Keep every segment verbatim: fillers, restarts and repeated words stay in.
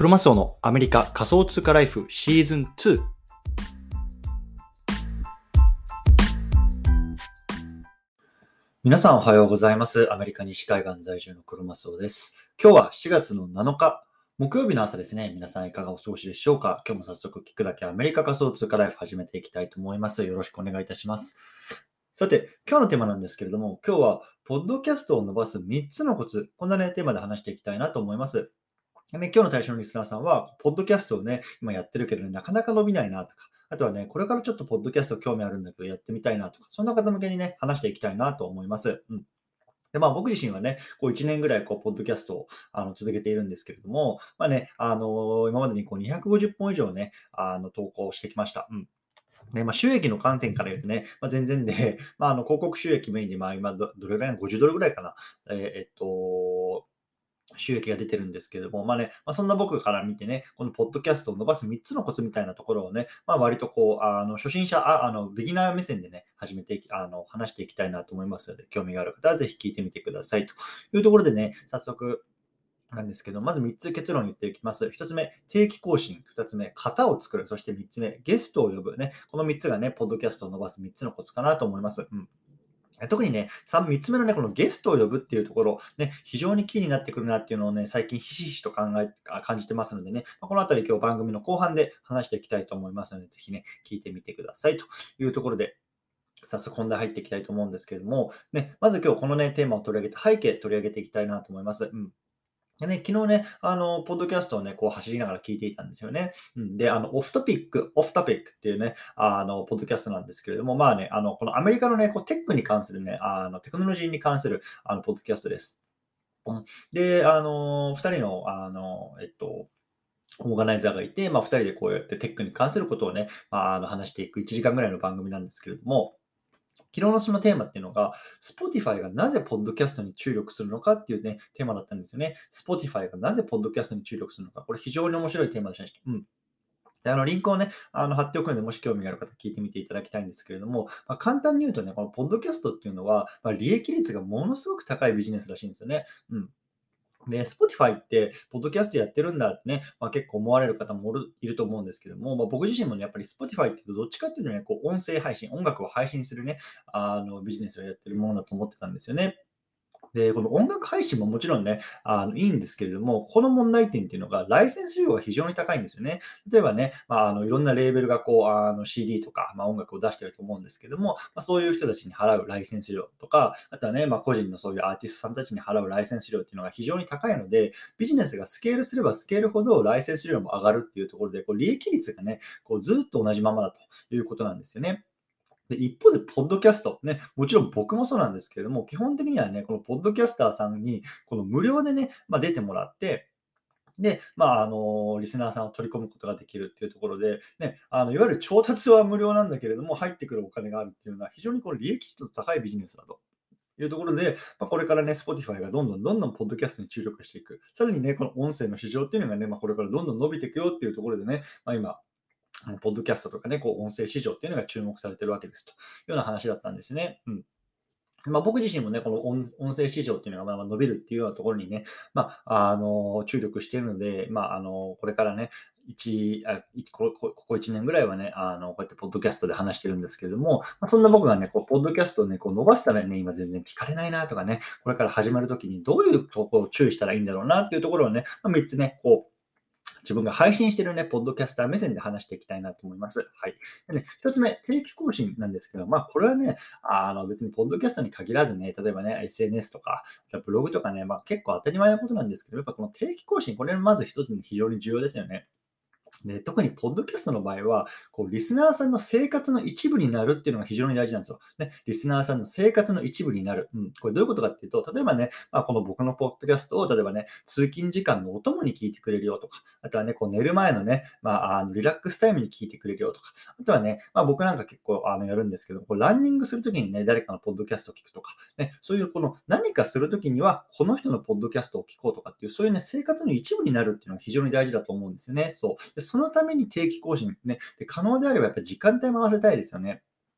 クロマスオのアメリカ仮想通貨ライフシーズンツー。皆さんおはようございます。アメリカ西海岸在住のクロマスオです。今日はしがつのなのか、木曜日の朝ですね。皆さんいかがお過ごしでしょうか。今日も早速聞くだけアメリカ仮想通貨ライフ始めていきたいと思います。よろしくお願いいたします。さて、今日のテーマなんですけれども、今日はポッドキャストを伸ばすみっつのコツ、こんなね、テーマで話していきたいなと思います。ね、今日の対象のリスナーさんは、ポッドキャストをね、今やってるけどね、なかなか伸びないなとか、あとはね、これからちょっとポッドキャスト興味あるんだけど、やってみたいなとか、そんな方向けにね、話していきたいなと思います。うん。で、まあ僕自身はね、こういちねんぐらいこう、ポッドキャストをあの続けているんですけれども、まあね、あの今までにこうにひゃくごじゅっぽん以上ね、あの投稿してきました。うん。ね、まあ収益の観点から言うとね、まあ全然で、まああの広告収益メインで、まあ今ど、どれぐらい、ごじゅうドルぐらいかな。えーえっと、収益が出てるんですけれども、まあね、まあ、そんな僕から見てね、このポッドキャストを伸ばすみっつのコツみたいなところをね、まあ、割とこう、あの初心者、ああのビギナー目線でね、始めていきあの話していきたいなと思いますので、興味がある方はぜひ聞いてみてくださいというところでね、早速なんですけど、まずみっつ結論言っていきます。ひとつめ、定期更新。ふたつめ、型を作る。そしてみっつめ、ゲストを呼ぶ。ね、このみっつがね、ポッドキャストを伸ばすみっつのコツかなと思います。うん。特にね、みっつめのね、このゲストを呼ぶっていうところ、ね、非常にキーになってくるなっていうのをね、最近ひしひしと考え、感じてますのでね、このあたり今日番組の後半で話していきたいと思いますので、ぜひね、聞いてみてくださいというところで、早速本題入っていきたいと思うんですけれども、ね、まず今日このね、テーマを取り上げて、背景取り上げていきたいなと思います。うん。でね、昨日ね、あの、ポッドキャストをね、こう走りながら聞いていたんですよね。うん、で、あの、オフトピック、オフトピックっていうね、あの、ポッドキャストなんですけれども、まあね、あの、このアメリカのね、こうテックに関するね、あの、テクノロジーに関する、あの、ポッドキャストです。うん、で、あの、二人の、あの、えっと、オーガナイザーがいて、まあ、二人でこうやってテックに関することをね、まあ、あの話していくいちじかんぐらいの番組なんですけれども、昨日のそのテーマっていうのが、Spotify がなぜポッドキャストに注力するのかっていうね、テーマだったんですよね。Spotify がなぜポッドキャストに注力するのか。これ非常に面白いテーマでした。うん。であの、リンクをね、あの貼っておくので、もし興味がある方聞いてみていただきたいんですけれども、まあ、簡単に言うとね、このポッドキャストっていうのは、まあ、利益率がものすごく高いビジネスらしいんですよね。うん。で、Spotify って、ポッドキャストやってるんだってね、まあ、結構思われる方もおるいると思うんですけども、まあ、僕自身もね、やっぱり Spotify っていうと、どっちかっていうとね、こう音声配信、音楽を配信するね、あのビジネスをやってるものだと思ってたんですよね。で、この音楽配信ももちろんね、あのいいんですけれども、この問題点っていうのが、ライセンス料が非常に高いんですよね。例えばね、まあ、あのいろんなレーベルがこうあの シーディー とか、まあ、音楽を出してると思うんですけども、まあ、そういう人たちに払うライセンス料とか、あとはね、まあ、個人のそういうアーティストさんたちに払うライセンス料っていうのが非常に高いので、ビジネスがスケールすればスケールほどライセンス料も上がるっていうところで、こう利益率がね、こうずっと同じままだということなんですよね。で、一方で、ポッドキャスト、ね、もちろん僕もそうなんですけれども、基本的にはね、このポッドキャスターさんに、この無料でね、まあ、出てもらって、で、まあ、あの、リスナーさんを取り込むことができるっていうところで、ね、あの、いわゆる調達は無料なんだけれども、入ってくるお金があるっていうのは、非常にこの利益率の高いビジネスだと。いうところで、まあ、これからね、Spotify がどんどんどんどんポッドキャストに注力していく。さらにね、この音声の市場っていうのがね、まあ、これからどんどん伸びていくよっていうところでね、まあ、今、あのポッドキャストとかね、こう音声市場っていうのが注目されてるわけですというような話だったんですね。うん。まあ、僕自身もね、この音音声市場っていうのがまあ伸びるっていうようなところにね、まあ、あの、注力しているので、まあ、あの、これからね、一あいここここいちねんぐらいはね、あの、こうやってポッドキャストで話してるんですけれども、まあ、そんな僕がね、こう、ポッドキャストをね、こう伸ばすためにね、今全然聞かれないなとかね、これから始まるときにどういうところを注意したらいいんだろうなっていうところをね、まあ、みっつね、こう、自分が配信しているね、ポッドキャスター目線で話していきたいなと思います。はい。でね、一つ目、定期更新なんですけど、まあ、これはね、あの、別にポッドキャストに限らずね、例えばね、エスエヌエス とか、ブログとかね、まあ、結構当たり前なことなんですけど、やっぱこの定期更新、これまず一つに非常に重要ですよね。で、特にポッドキャストの場合は、こうリスナーさんの生活の一部になるっていうのが非常に大事なんですよ。ね、リスナーさんの生活の一部になる。うん、これどういうことかっていうと、例えばね、まあ、この僕のポッドキャストを、例えばね、通勤時間のお供に聞いてくれるよとか、あとはね、こう寝る前のね、まあ、あのリラックスタイムに聞いてくれるよとか、あとはね、まあ、僕なんか結構あのやるんですけど、こうランニングするときにね、誰かのポッドキャストを聞くとか、ね、そういうこの何かするときには、この人のポッドキャストを聞こうとかっていう、そういうね、生活の一部になるっていうのが非常に大事だと思うんですよね。そう。でそのために定期更新ね、で可能であればやっぱり時間帯も合わせたいですよね。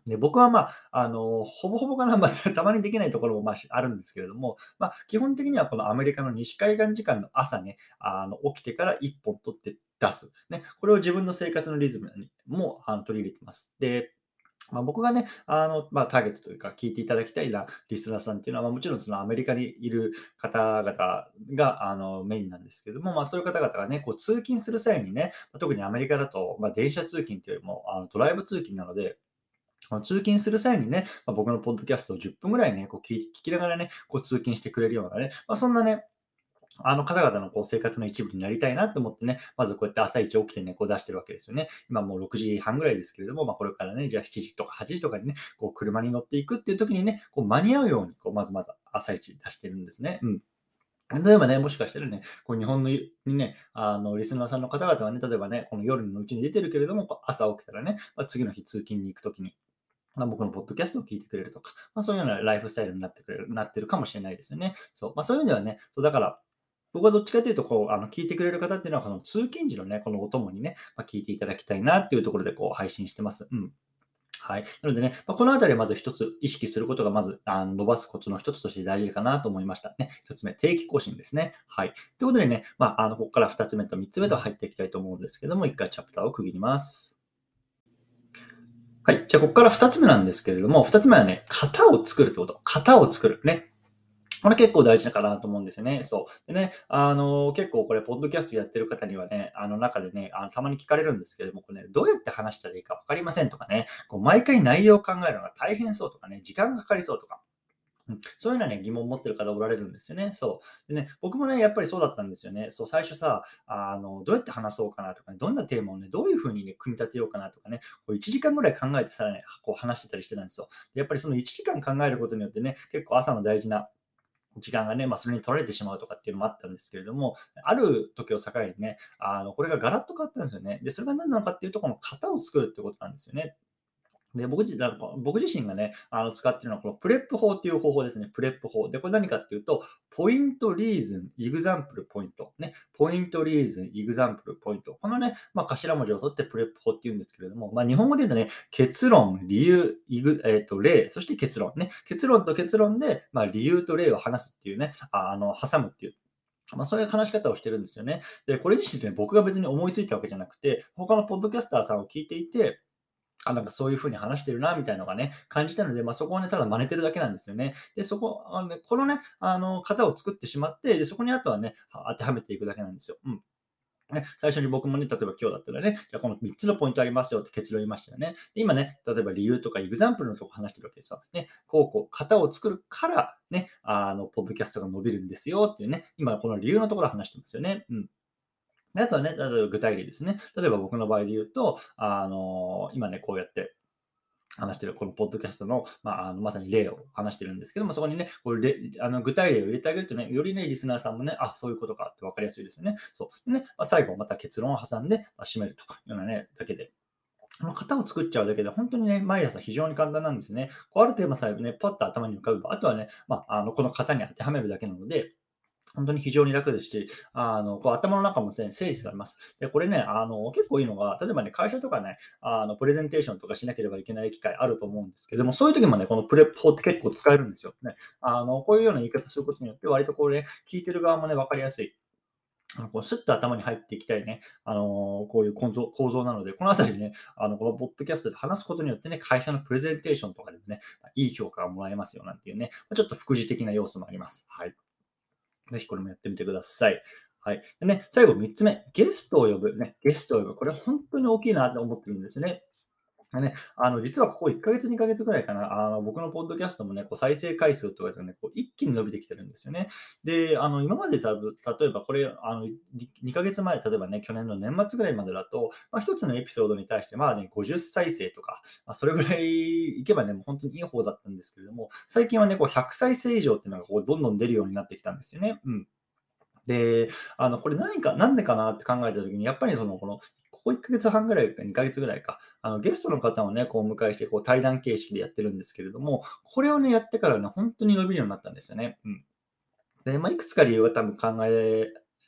で、僕は、まあ、あの、ほぼほぼかな、まあ、たまにできないところも、まあ、しあるんですけれども、まあ、基本的にはこのアメリカの西海岸時間の朝ね、あの、起きてからいっぽん取って出す。ね、これを自分の生活のリズムにも、あの、取り入れてます。で、まあ、僕がね、あの、まあ、ターゲットというか、聞いていただきたいなリスナーさんっていうのは、まあ、もちろんそのアメリカにいる方々が、あの、メインなんですけども、まあ、そういう方々がね、こう通勤する際にね、まあ特にアメリカだと、まあ、電車通勤というよりも、あの、ドライブ通勤なので、まあ、通勤する際にね、まあ、僕のポッドキャストをじゅっぷんぐらいね、こう聞い聞きながらね、こう通勤してくれるようなね、まあ、そんなね、あの方々のこう生活の一部になりたいなと思ってね、まずこうやって朝一起きてね、こう出してるわけですよね。今もうろくじはんぐらいですけれども、まあ、これからね、じゃあしちじとかはちじとかにね、こう車に乗っていくっていう時にね、こう間に合うように、こうまずまず朝一出してるんですね。うん。例えばね、もしかしたらね、こう日本のにね、あのリスナーさんの方々はね、例えばね、この夜のうちに出てるけれども、こう朝起きたらね、まあ、次の日通勤に行くときに、まあ、僕のポッドキャストを聞いてくれるとか、まあ、そういうようなライフスタイルになってくれるなってるかもしれないですよね。そう、まあ、そういう意味ではね、そうだから、僕はどっちかというと、こう、あの、聞いてくれる方っていうのは、この通勤時のね、このお供にね、まあ、聞いていただきたいなっていうところで、こう、配信してます。うん。はい。なのでね、まあ、このあたりまず一つ意識することが、まず、あの、伸ばすコツの一つとして大事かなと思いましたね。一つ目、定期更新ですね。はい。ということでね、まあ、あの、ここから二つ目と三つ目と入っていきたいと思うんですけども、一回チャプターを区切ります。はい。じゃあ、ここから二つ目なんですけれども、二つ目はね、型を作るってこと。型を作る。ね。これ結構大事だかなと思うんですよね。そう。でね、あの、結構これ、ポッドキャストやってる方にはね、あの中でね、あのたまに聞かれるんですけれども、これね、どうやって話したらいいか分かりませんとかね、こう毎回内容を考えるのが大変そうとかね、時間がかかりそうとか、うん、そういうのはね、疑問を持ってる方おられるんですよね。そう。でね、僕もね、やっぱりそうだったんですよね。そう、最初さ、あの、どうやって話そうかなとかね、どんなテーマをね、どういう風にね、組み立てようかなとかね、こういちじかんぐらい考えてさらね、こう話してたりしてたんですよ。でやっぱりそのいちじかん考えることによってね、結構朝の大事な時間がね、まあ、それに取られてしまうとかっていうのもあったんですけれども、ある時を境にね、あの、これがガラッと変わったんですよね。で、それが何なのかっていうと、この型を作るってことなんですよね。で、僕自なんか僕自身がね、あの、使っているのは、このプレップ法っていう方法ですね。プレップ法。で、これ何かっていうと、ポイント、リーズン、イグザンプル、ポイント。ね。ポイント、リーズン、イグザンプル、ポイント。このね、まあ、頭文字を取ってプレップ法って言うんですけれども、まあ、日本語で言うとね、結論、理由、イグ、えっ、と、例、そして結論。ね。結論と結論で、まあ、理由と例を話すっていうね、ああの、挟むっていう。まあ、そういう話し方をしてるんですよね。で、これ自身でね、僕が別に思いついたわけじゃなくて、他のポッドキャスターさんを聞いていて、あ、なんかそういう風に話してるなみたいなのがね、感じたので、まあ、そこはね、ただ真似てるだけなんですよね。で、そこ、あのね、このね、あの、型を作ってしまって、で、そこにあとはね、は当てはめていくだけなんですよ。うん。ね、最初に僕もね、例えば今日だったらね、じゃあこのみっつのポイントありますよって結論言いましたよね。で今ね、例えば理由とかエグザンプルのとこ話してるわけですよ。ね、こうこう、型を作るからね、あの、ポッドキャストが伸びるんですよっていうね、今この理由のところを話してますよね。うん。であとはね、例えば具体例ですね。例えば僕の場合で言うと、あの、今ね、こうやって話してるこのポッドキャストの、まあ、あのまさに例を話してるんですけども、そこにね、これあの具体例を入れてあげるとね、よりね、リスナーさんもね、あ、そういうことかって分かりやすいですよね。そう。でね、まあ、最後また結論を挟んで、まあ、締めるというようなね、だけで。この型を作っちゃうだけで、本当にね、毎朝非常に簡単なんですね。こうあるテーマさえね、パッと頭に浮かべば、あとはね、まあ、あのこの型に当てはめるだけなので、本当に非常に楽ですし、あの、こう頭の中もね、整理されます。で、これね、あの、結構いいのが、例えばね、会社とかね、あの、プレゼンテーションとかしなければいけない機会あると思うんですけども、そういう時もね、このプレップ法って結構使えるんですよ。ね。あの、こういうような言い方することによって、割とこれ、聞いてる側もね、分かりやすい。あのこうスッと頭に入っていきたいね、あのこういう構造構造なので、このあたりね、あのこのポッドキャストで話すことによってね、会社のプレゼンテーションとかでもね、いい評価がもらえますよなんていうね、ちょっと副次的な要素もあります。はい。ぜひこれもやってみてください。はい。でね、最後みっつめ、ゲストを呼ぶ。ね、ゲストを呼ぶ。これ本当に大きいなと思ってるんですね。ね、あの実はここいっかげつ、にかげつぐらいかな、あの僕のポッドキャストもね、こう再生回数とかでね、こう一気に伸びてきてるんですよね。で、あの今までたぶ例えばこれ、あのににかげつまえ、例えばね、去年の年末ぐらいまでだと、まあ、ひとつのエピソードに対して、まあね、ごじゅっさいせいとか、まあ、それぐらいいけばね、もう本当にいい方だったんですけれども、最近はね、こうひゃくさいせい以上っていうのがこうどんどん出るようになってきたんですよね。うん。で、あの、これ何かなんでかなって考えた時に、やっぱりその、この、ここいっかげつはんぐらいかにかげつぐらいか、あの、ゲストの方をね、こうお迎えして、こう対談形式でやってるんですけれども、これをね、やってからね、本当に伸びるようになったんですよね。うん。で、まあ、いくつか理由が多分考え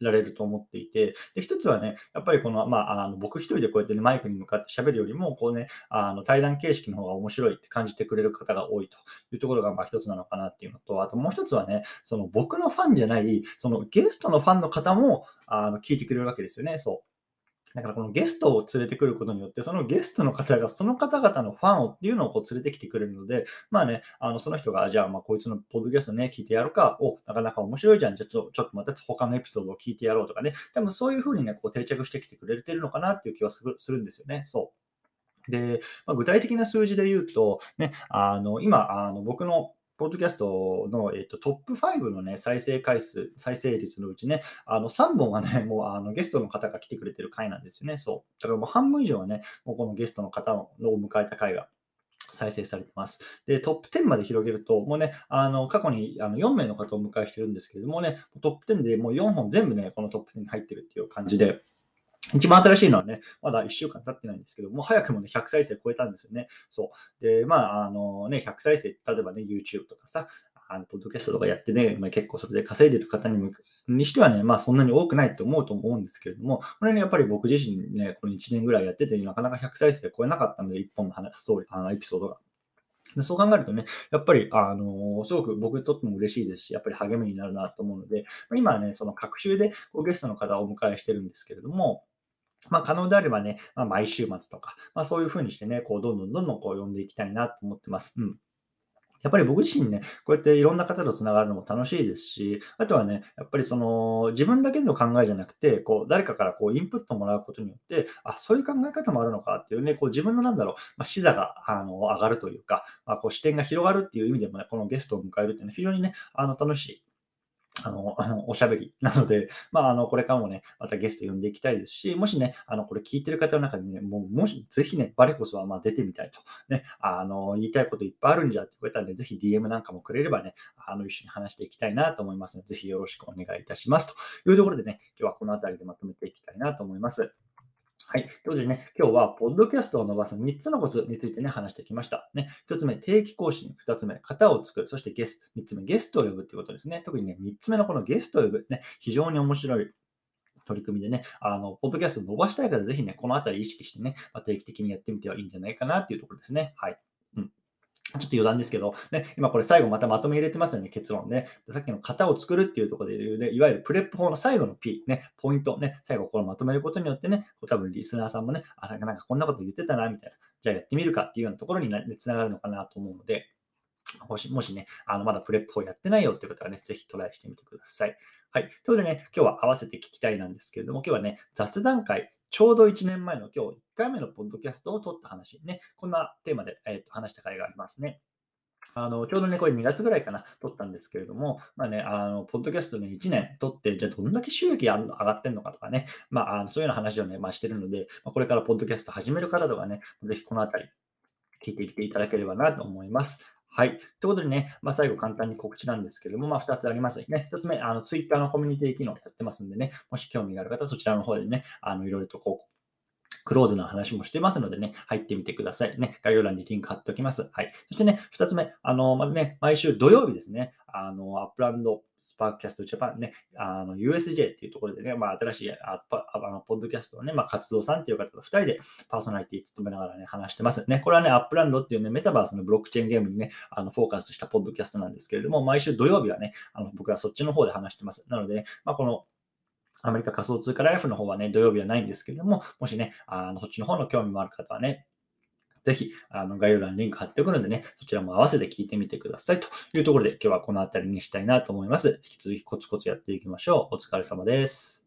られると思っていて、で、一つはね、やっぱりこの、まあ、あの、僕一人でこうやってね、マイクに向かって喋るよりも、こうね、あの、対談形式の方が面白いって感じてくれる方が多いというところが、まあ、一つなのかなっていうのと、あともう一つはね、その僕のファンじゃない、そのゲストのファンの方も、あの、聞いてくれるわけですよね。そう。だからこのゲストを連れてくることによって、そのゲストの方がその方々のファンをっていうのをこう連れてきてくれるので、まあね、あのその人が、じゃあ、まあこいつのポッドキャストね、聞いてやるか、お、なかなか面白いじゃん、じゃあちょっとちょっとまた他のエピソードを聞いてやろうとかね、多分そういうふうにね、こう定着してきてくれてるのかなっていう気はするするんですよね。そう。で、まあ、具体的な数字で言うと、ね、あの今、あの僕のポッドキャストの、えっと、トップファイブのね、再生回数、再生率のうちね、あのさんぼんはね、もうあのゲストの方が来てくれてる回なんですよね。そう。だからもう半分以上はね、もうこのゲストの方を迎えた回が再生されてます。で、トップテンまで広げると、もうね、あの過去にあのよん名の方をお迎えしてるんですけれどもね、トップテンでもうよんほん全部ね、このトップテンに入ってるっていう感じで、一番新しいのはね、まだいっしゅうかん経ってないんですけど、もう早くもね、ひゃく再生超えたんですよね。そう。で、まあ、あのね、ひゃく再生、例えばね、YouTube とかさ、あのポッドキャストとかやってね、まあ、結構それで稼いでる方に向くにしてはね、まあそんなに多くないと思うと思うんですけれども、これね、やっぱり僕自身ね、このいちねんぐらいやってて、なかなかひゃく再生超えなかったので、いっぽんの話、ストーリー、あのエピソードが。でそう考えるとね、やっぱり、あのすごく僕にとっても嬉しいですし、やっぱり励みになるなと思うので、今はね、その各週でこうゲストの方をお迎えしてるんですけれども、まあ、可能であればね、まあ、毎週末とか、まあ、そういう風にしてね、こう、どんどんどんどんこう、呼んでいきたいなと思ってます。うん。やっぱり僕自身ね、こうやっていろんな方とつながるのも楽しいですし、あとはね、やっぱりその、自分だけの考えじゃなくて、こう、誰かからこう、インプットもらうことによって、あ、そういう考え方もあるのかっていうね、こう、自分のなんだろう、まあ、視座が、あの、上がるというか、まあ、こう、視点が広がるっていう意味でもね、このゲストを迎えるっていうのは非常にね、あの、楽しいあの、あのおしゃべりなので、まあ、あの、これからもね、またゲスト呼んでいきたいですし、もしね、あの、これ聞いてる方の中にね、もう、もし、ぜひね、我こそは、まあ、出てみたいと、ね、あの、言いたいこといっぱいあるんじゃって言われたらね、ぜひ ディーエム なんかもくれればね、あの、一緒に話していきたいなと思いますので、ぜひよろしくお願いいたします。というところでね、今日はこの辺りでまとめていきたいなと思います。はい。ということでね、今日は、ポッドキャストを伸ばすみっつのコツについてね、話してきました。ね、ひとつめ、定期更新。ふたつめ、型を作る。そしてゲスト。みっつめ、ゲストを呼ぶということですね。特にね、みっつめのこのゲストを呼ぶ。ね、非常に面白い取り組みでね、あの、ポッドキャストを伸ばしたい方、ぜひね、このあたり意識してね、まあ、定期的にやってみてはいいんじゃないかなっていうところですね。はい。うん。ちょっと余談ですけど、ね、今これ最後またまとめ入れてますよね、結論ね。さっきの型を作るっていうところで言うね、いわゆるプレップ法の最後の P、ね、ポイント、ね、最後これまとめることによってね、こう多分リスナーさんもね、あ、なんかなんかこんなこと言ってたな、みたいな。じゃあやってみるかっていうようなところになつながるのかなと思うので、もしもしね、あのまだプレップ法やってないよっていう方はね、ぜひトライしてみてください。はい。ということでね、今日は合わせて聞きたいなんですけれども、今日はね、雑談会、ちょうどいちねんまえの今日いっかいめのポッドキャストを撮った話、ね、こんなテーマで、えー、と話した回がありますね。あの、ちょうどね、これにがつぐらいかな、撮ったんですけれども、まあね、あの、ポッドキャストね、いちねん撮って、じゃあどんだけ収益あんの上がってんのかとかね、まあ、あのそういうような話をね、まあしてるので、まあ、これからポッドキャスト始める方とかね、ぜひこのあたり聞いていっていただければなと思います。はい。ということでね、まあ、最後簡単に告知なんですけれども、まあ、ふたつありますね。ひとつめ、あの、ツイッターのコミュニティ機能やってますんでね、もし興味がある方はそちらの方でね、あの、いろいろとこう、クローズな話もしてますのでね、入ってみてくださいね。概要欄にリンク貼っておきます。はい。そしてね、二つ目、あの、まずね、毎週土曜日ですね、あの、アップランドスパークキャストジャパンね、あの、ユーエスジェー っていうところでね、まあ、新しいあパあのポッドキャストをね、まあ、活動さんっていう方とふたりでパーソナリティ務めながらね、話してます。ね、これはね、アップランドっていうね、メタバースのブロックチェーンゲームにね、あの、フォーカスしたポッドキャストなんですけれども、毎週土曜日はね、あの、僕はそっちの方で話してます。なのでね、まあ、このアメリカ仮想通貨ライフの方はね、土曜日はないんですけれども、もしね、あのそっちの方の興味もある方はね、ぜひ、あの概要欄にリンク貼っておくのでね、そちらも合わせて聞いてみてくださいというところで、今日はこの辺りにしたいなと思います。引き続きコツコツやっていきましょう。お疲れ様です。